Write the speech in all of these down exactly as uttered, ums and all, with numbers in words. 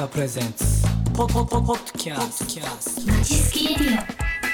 カープレゼンツポポポポッドキャストまちすきレディオ。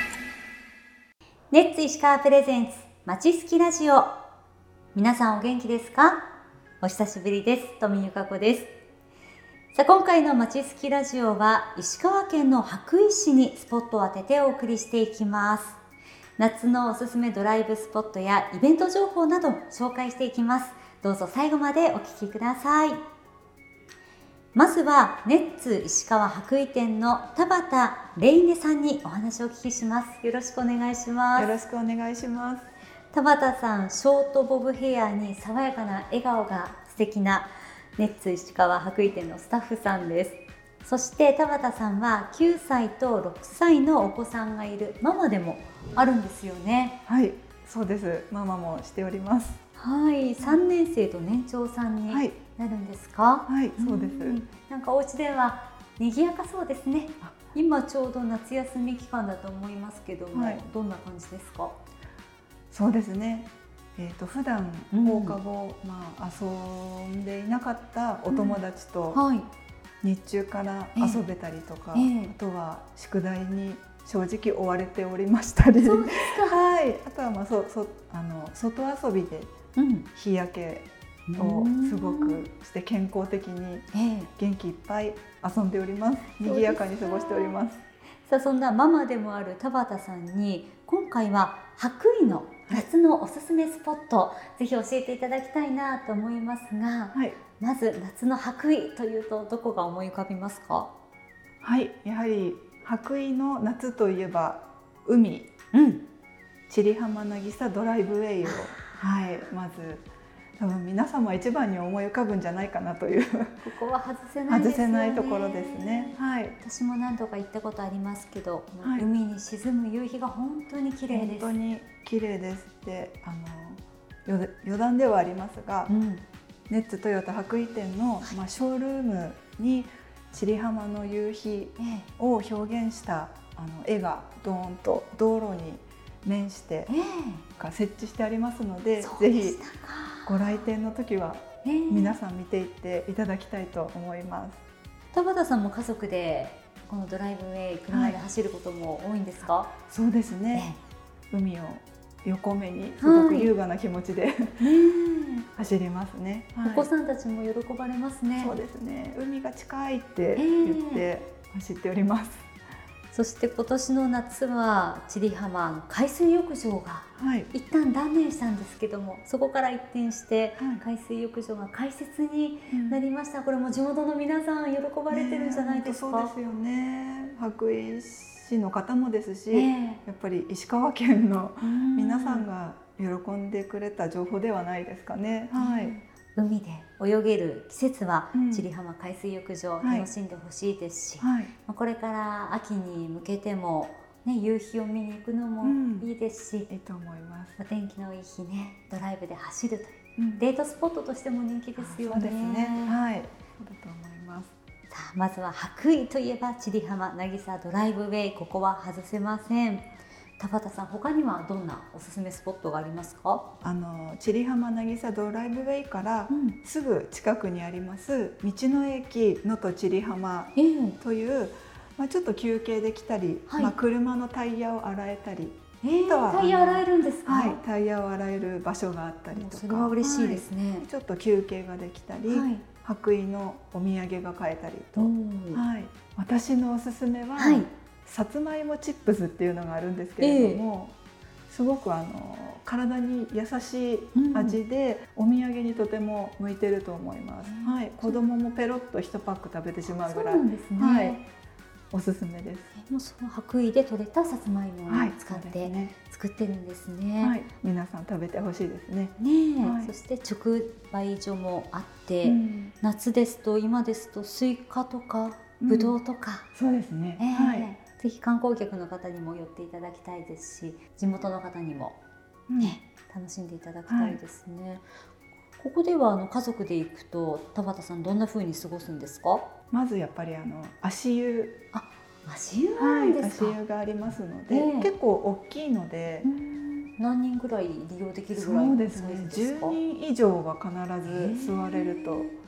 ネッツ石川プレゼンツまちすきラジオ。皆さんお元気ですか？お久しぶりです。富由香子です。さあ、今回のまちすきラジオは石川県の羽咋市にスポットを当ててお送りしていきます。夏のおすすめドライブスポットやイベント情報など紹介していきます。どうぞ最後までお聞きください。まずはネッツ石川羽咋店の田畑玲音さんにお話をお聞きします。よろしくお願いします。 よろしくお願いします。 田畑さん、ショートボブヘアに爽やかな笑顔が素敵なネッツ石川羽咋店のスタッフさんです。そして田畑さんはきゅうさいとろくさいのお子さんがいるママでもあるんですよね。 はい、そうです。ママもしております。 はい、さんねん生と年長さんになるんですか？ はい、はい、そうです。 なんかお家では賑やかそうですね。今ちょうど夏休み期間だと思いますけども、はい、どんな感じですか？ そうですね。えー、と普段放課後、うん、まあ、遊んでいなかったお友達と日中から遊べたりとか、うんえー、あとは宿題に正直追われておりましたり、 そうですか。 はい、あとはまあそそあの外遊びで日焼けをすごくして健康的に元気いっぱい遊んでおります。賑やかに過ごしております。 さあ、そんなママでもある田畑さんに今回は羽咋の夏のおすすめスポット、はい、ぜひ教えていただきたいなと思いますが、はい、まず夏の羽咋というとどこが思い浮かびますか？ はい、やはり羽咋の夏といえば海、 うん、 千里浜渚ドライブウェイを、はい、まず多分皆様一番に思い浮かぶんじゃないかなというここは外せないですよね。 外せないところですね。はい、 私も何度か行ったことありますけど、はい、海に沈む夕日が本当に綺麗です。 本当に綺麗です。で、あの余談ではありますが、うん、ネッツトヨタ羽咋店の、はい、まあ、ショールームに千里浜の夕日を表現したあの絵がドーンと道路に面して設置してありますので、ぜひご来店の時は皆さん見ていっていただきたいと思います。 田畑さんも家族でこのドライブウェイ車で走ることも多いんですか？はい、 そうですね。海を横目にすごく優雅な気持ちで、はい、走りますね。 はい、お子さんたちも喜ばれますね。 そうですね。海が近いって言って走っております。 そして今年の夏は千里浜の海水浴場が一旦断念したんですけども、はい、そこから一転して海水浴場が開設になりました。うん、これも地元の皆さん喜ばれてるんじゃないですか？ ね、そうですよね。羽咋市の方もですし、ね、やっぱり石川県の皆さんが喜んでくれた情報ではないですかね。はい、 海で泳げる季節は千里浜海水浴場楽しんでほしいですし、はい、これから秋に向けても、ね、夕日を見に行くのもいいですし、 うん、いいと思います。 お天気のいい日ね、ドライブで走るという、うん、デートスポットとしても人気ですよね。 そうですね。はい、そうだと思います。 さあ、まずは羽咋といえば千里浜渚ドライブウェイ、ここは外せません。田畑さん、他にはどんなおすすめスポットがありますか？ あの千里浜渚ドライブウェイからすぐ近くにあります道の駅能登千里浜という、まあ、ちょっと休憩できたり、はい、まあ、車のタイヤを洗えたり、 えー、タイヤ洗えるんですか？ はい、タイヤを洗える場所があったりとか、 それは嬉しいですね。 はい、ちょっと休憩ができたり、はい、羽咋のお土産が買えたりと、はい、私のおすすめは、はい、さつまいもチップスっていうのがあるんですけれども、えー、すごくあの体に優しい味で、うん、お土産にとても向いてると思います。はい、子供もペロッといちパック食べてしまうぐらい、はい、おすすめです。 もうその羽咋で採れたさつまいもを使って作ってるんですね。 はい、皆さん食べてほしいですね。 ね、 はい、 そして直売所もあって、うん、夏ですと今ですとスイカとかぶどうとか、 うん、そうですね。 えーはい、 ぜひ観光客の方にも寄っていただきたいですし、地元の方にも、ね、うん、楽しんでいただきたいですね。はい、ここではあの家族で行くと田畑さん、どんな風に過ごすんですか？ まずやっぱりあの足湯、 あ、足湯なんですか？ はい、足湯がありますので、えー、結構大きいので、 何人ぐらい利用できるぐらいのサイズですか？ そうですね、じゅうにん以上は必ず座れると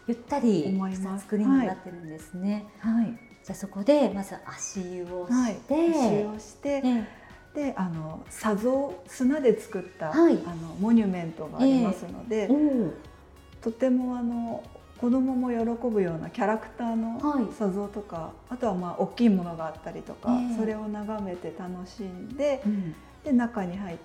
ゆったりした作りになってるんですね。はい、じゃあそこでまず足湯をして、はい、 足湯をして、えー、であの砂像砂で作った、はい、あのモニュメントがありますので、えー、とてもあの子供も喜ぶようなキャラクターの砂像とか、はい、あとはまあ大きいものがあったりとか、えー、それを眺めて楽しんで、うん、で中に入って、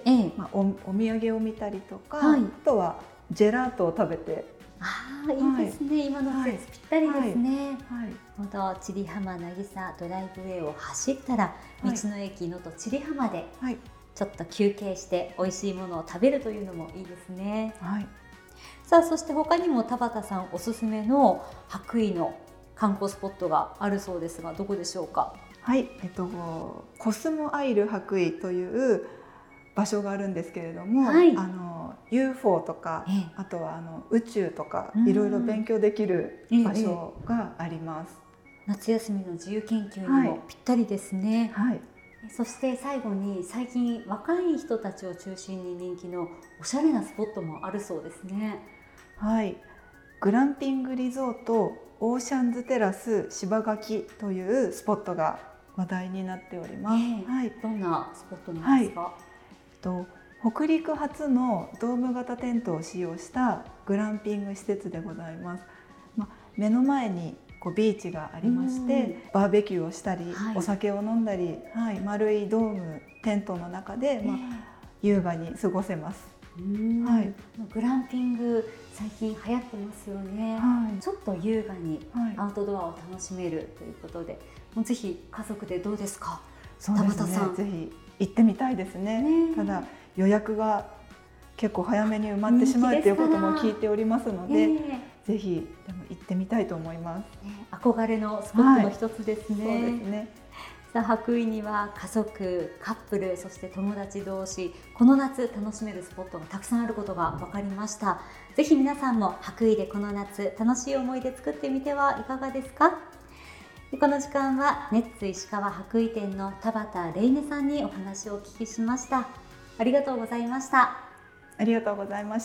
えーまあ、お, お土産を見たりとか、はい、あとはジェラートを食べて、 ああいいですね、はい、今の季節ぴったりですね。はいはい、本当千里浜渚ドライブウェイを走ったら、道の駅のと千里浜でちょっと休憩して美味しいものを食べるというのもいいですね。はい、さあそして他にも田畑さんおすすめの羽咋の観光スポットがあるそうですが、どこでしょうか？ はい、えっと、コスモアイル羽咋という場所があるんですけれども、はい、あの ユーフォー とか、ええ、あとはあの宇宙とかいろいろ勉強できる場所があります。ええ、 夏休みの自由研究にもぴったりですね。はいはい、そして最後に最近若い人たちを中心に人気のおしゃれなスポットもあるそうですね。 はい、グランピングリゾートオーシャンズテラス柴垣というスポットが話題になっております。えーはい、どんなスポットなんですか？はい、 と北陸初のドーム型テントを使用したグランピング施設でございます。ま、目の前にこうビーチがありまして、バーベキューをしたり、はい、お酒を飲んだり、はい、丸いドームテントの中で、まあ、優雅に過ごせます。 はい、グランピング最近流行ってますよね。はい、ちょっと優雅にアウトドアを楽しめるということで、もうぜひ家族でどうですか？ そうですね、ぜひ行ってみたいですね。ね、ただ予約が結構早めに埋まってしまうということも聞いておりますので、ね、ぜひでも行ってみたいと思います。 ね、憧れのスポットの一つですね。 はい、そうですね。 さあ羽咋には家族、カップル、そして友達同士、この夏楽しめるスポットがたくさんあることが分かりました。ぜひ皆さんも羽咋でこの夏楽しい思い出作ってみてはいかがですか？この時間はネッツ石川羽咋店の田畑玲音さんにお話をお聞きしました。ありがとうございました。 ありがとうございました。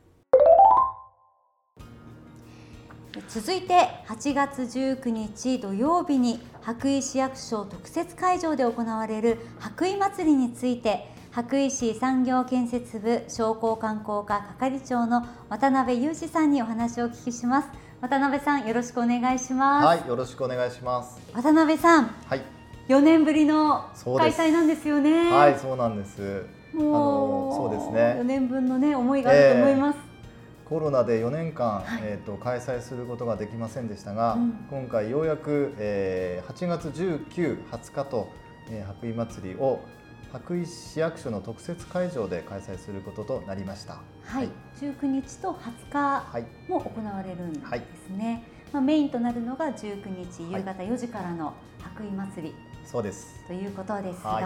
続いてはちがつじゅうくにち土曜日に羽咋市役所特設会場で行われる羽咋祭りについて、羽咋市産業建設部商工観光課係長の渡辺裕二さんにお話をお聞きします。渡辺さん、よろしくお願いします。 はい、よろしくお願いします。 渡辺さん、はい、よねんぶりの開催なんですよね。 はい、そうなんです。 もうあのそうですね、よねんぶんのね思いがあると思います。 えー、コロナでよねんかん、はい、えー、と開催することができませんでしたが、うん、今回ようやく、えー、はちがつじゅうく、はつかと、えー、羽咋祭りを羽咋市役所の特設会場で開催することとなりました。 はい、はい、じゅうくにちとはつかも行われるんですね。はい、まあ、メインとなるのがじゅうくにち夕方よじからの羽咋祭り、 そうですということですが、はい、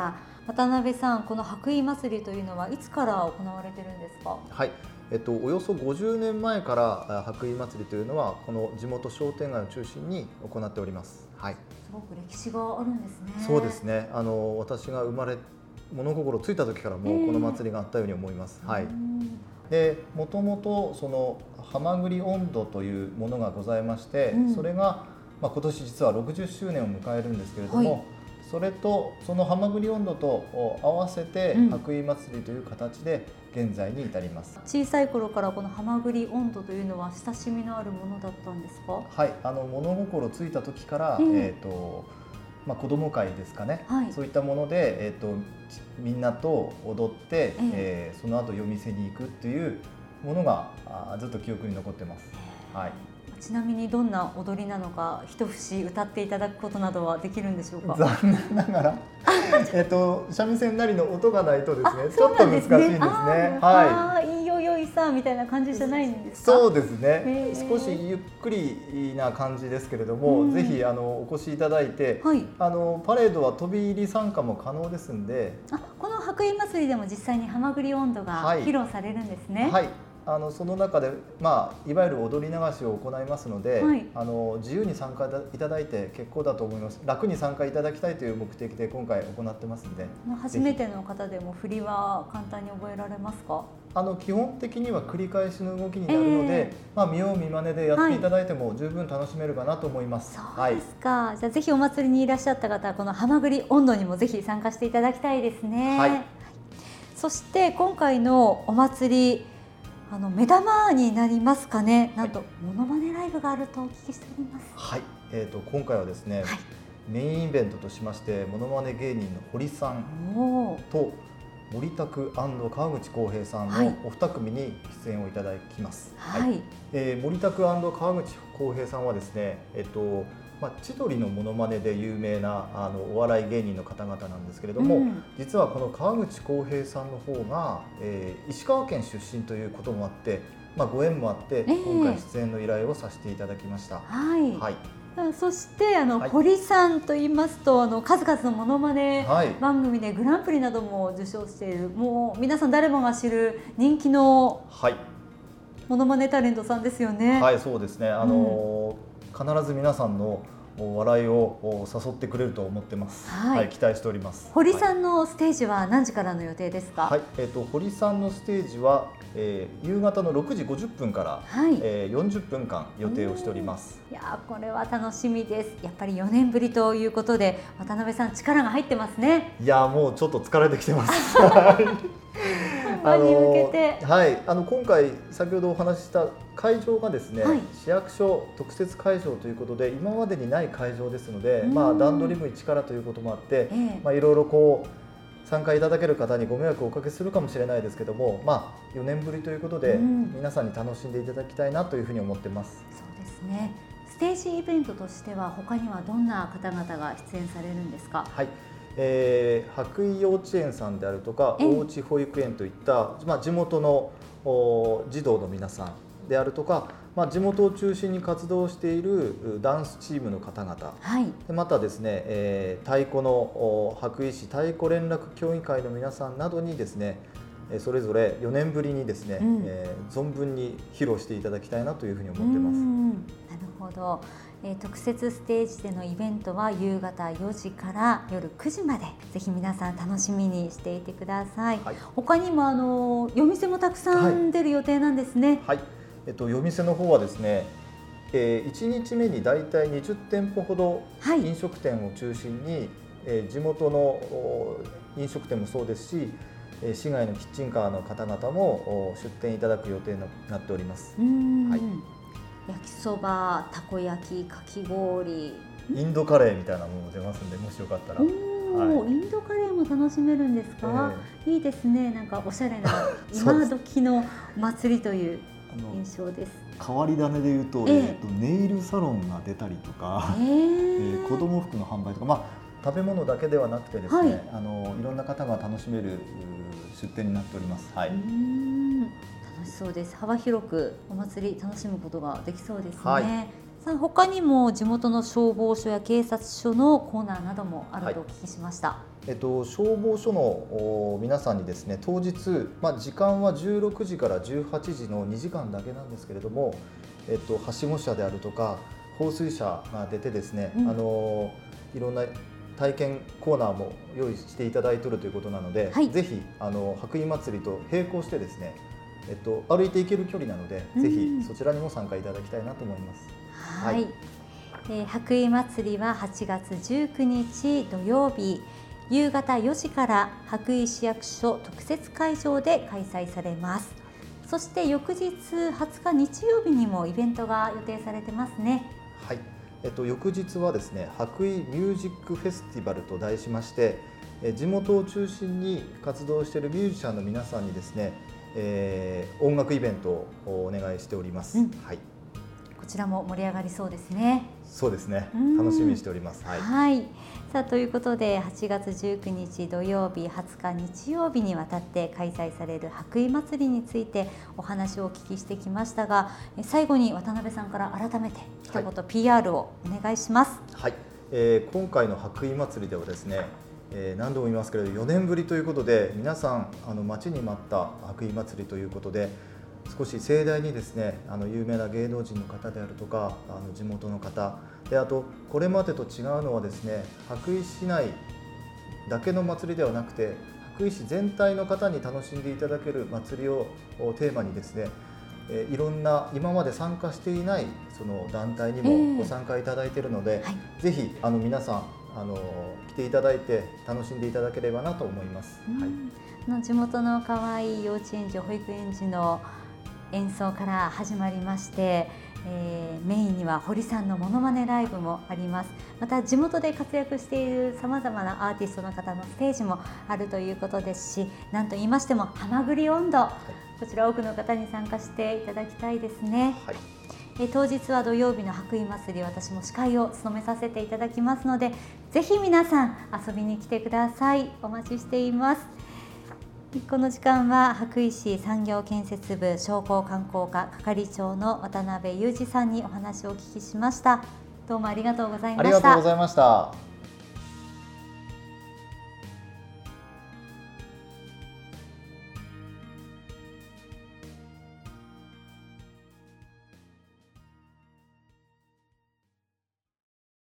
渡辺さん、この羽咋祭りというのはいつから行われてるんですか？ はい、えっと、およそごじゅうねんまえから羽咋祭りというのはこの地元商店街を中心に行っております。はい、 すごく歴史があるんですね。 そうですね、あの私が生まれ物心ついた時からもうこの祭りがあったように思います。えー、はい、でもともとそのはまぐり音頭というものがございまして、うん、それが、まあ、今年実はろくじゅっしゅうねんを迎えるんですけれども、はい、それとそのはまぐり音頭と合わせて羽咋祭りという形で現在に至ります。 うん、小さい頃からこのはまぐり音頭というのは親しみのあるものだったんですか？ はい、あの物心ついた時から、うん、えーとまあ、子ども会ですかね、はい、そういったもので、えーと、みんなと踊って、えーえー、その後夜店に行くっていうものがあずっと記憶に残ってます。はい、 ちなみにどんな踊りなのか一節歌っていただくことなどはできるんでしょうか？ 残念ながらえっと三味線なりの音がないとですね、ちょっと難しいんですね。 はい、いいよよいさみたいな感じじゃないんですか？ そうですね、少しゆっくりな感じですけれども、ぜひあのお越しいただいて、はい、あのパレードは飛び入り参加も可能ですんで。 あ、この羽咋祭りでも実際にはまぐり音頭が披露されるんですね。 はい、はい、あのその中で、まあ、いわゆる踊り流しを行いますので、はい、あの自由に参加いただいて結構だと思います。楽に参加いただきたいという目的で今回行ってますので。 初めての方でも振りは簡単に覚えられますか？ あの基本的には繰り返しの動きになるので、えーまあ、見よう見まねでやっていただいても十分楽しめるかなと思います。 はい、そうですか、はい、じゃあぜひお祭りにいらっしゃった方はこのはまぐり音頭にもぜひ参加していただきたいですね。はい、そして今回のお祭りあの目玉になりますかね。なんと、はい、モノマネライブがあるとお聞きしております。 はい、えー、と今回はですね、はい、メインイベントとしましてモノマネ芸人の堀さんと森拓&川口浩平さんのお二組に出演をいただきます。はいはい、えー、森拓&川口浩平さんはですね、えっとまあ、千鳥のモノマネで有名なあのお笑い芸人の方々なんですけれども、うん、実はこの川口浩平さんの方が、えー、石川県出身ということもあって、まあ、ご縁もあって、えー、今回出演の依頼をさせていただきました。はい、はい、 そしてあの、はい、堀さんといいますとあの数々のモノマネ番組でグランプリなども受賞している、もう皆さん誰もが知る人気のモノマネタレントさんですよね。 はい、そうですね。あの、うん、必ず皆さんの笑いを誘ってくれると思ってます。はい、はい、期待しております。 堀さんのステージは何時からの予定ですか？ はい、えっと堀さんのステージは、えー、夕方のろくじごじゅっぷんから、はい、えー、よんじゅっぷんかん予定をしております。 いやこれは楽しみです。やっぱりよねんぶりということで渡辺さん力が入ってますね。 いやもうちょっと疲れてきてます。 あのに向けて、 はい、あの今回先ほどお話しした会場がですね、はい、市役所特設会場ということで今までにない会場ですので、まあ、段取りも一からということもあって、えーまあ、いろいろこう参加いただける方にご迷惑をおかけするかもしれないですけども、まあ、よねんぶりということで皆さんに楽しんでいただきたいなというふうに思ってます。 そうですね。ステージイベントとしては他にはどんな方々が出演されるんですか？ はい、えー、白衣幼稚園さんであるとか大内保育園といった、まあ、地元の児童の皆さんであるとか、まあ、地元を中心に活動しているダンスチームの方々、はい、でまたですね、えー、太鼓の白衣市太鼓連絡協議会の皆さんなどにですねそれぞれよねんぶりにですね、うん、えー、存分に披露していただきたいなというふうに思ってます。 なるほど。えー、特設ステージでのイベントは夕方よじから夜くじまでぜひ皆さん楽しみにしていてください。はい、他にもあの夜店もたくさん出る予定なんですね。 はい、はい、えっと、夜店の方はですね、えー、いちにちめにだいたいにじゅってんぽほど飲食店を中心に、はい、えー、地元の飲食店もそうですし市外のキッチンカーの方々も出店いただく予定になっております。はい、 焼きそば、たこ焼き、かき氷、 インドカレーみたいなものも出ますんで、もしよかったら。はい、 インドカレーも楽しめるんですか？えー、いいですね。なんかおしゃれな今時の祭りという印象です。 変わり種でいうと、えーえー、とネイルサロンが出たりとか、えーえー、子供服の販売とか、まあ、食べ物だけではなくてですね、はい、あのいろんな方が楽しめる出店になっております。はい、うーん、楽しそうです。幅広くお祭り楽しむことができそうですね。はい、さあ他にも地元の消防署や警察署のコーナーなどもあるとお聞きしました。はい、 えっと、消防署の皆さんにですね当日、まあ、時間はじゅうろくじからじゅうはちじのにじかんだけなんですけれども、えっと、はしご車であるとか放水車が出てですね、うん、あのいろんな体験コーナーも用意していただいているということなので、はい、ぜひあの白衣祭りと並行してですね、えっと、歩いていける距離なので、うん、ぜひそちらにも参加いただきたいなと思います。 はい、はい、えー、白衣祭りははちがつじゅうくにち土曜日夕方よじから白衣市役所特設会場で開催されます。そして翌日はつか日曜日にもイベントが予定されてますね。 はい、えっと、翌日はですね白衣ミュージックフェスティバルと題しまして、え地元を中心に活動しているミュージシャンの皆さんにですね、えー、音楽イベントをお願いしております。うん、はい、 こちらも盛り上がりそうですね。 そうですね、楽しみにしております。はい、 はい、さあということではちがつじゅうくにち土曜日はつか日曜日にわたって開催される白衣祭りについてお話をお聞きしてきましたが、最後に渡辺さんから改めて一言 ピーアール をお願いします。 はい、えー、今回の白衣祭りではですね、えー、何度も言いますけれどよねんぶりということで皆さんあの待ちに待った白衣祭りということで少し盛大にですねあの有名な芸能人の方であるとかあの地元の方で、あとこれまでと違うのはですね白衣市内だけの祭りではなくて羽咋市全体の方に楽しんでいただける祭りをテーマにですね、えー、いろんな今まで参加していないその団体にもご参加いただいているので、えーはい、ぜひあの皆さんあの来ていただいて楽しんでいただければなと思います。はい、 の地元の可愛い幼稚園児保育園児の演奏から始まりまして、えー、メインには堀さんのモノマネライブもあります。また地元で活躍しているさまざまなアーティストの方のステージもあるということですし、なんと言いましてもはまぐり音頭、はい、こちら多くの方に参加していただきたいですね。はい、えー、当日は土曜日の羽咋祭り、私も司会を務めさせていただきますので、ぜひ皆さん遊びに来てください。お待ちしています。この時間は羽咋市産業建設部商工観光課係長の渡辺裕二さんにお話をお聞きしました。どうもありがとうございました。 ありがとうございました。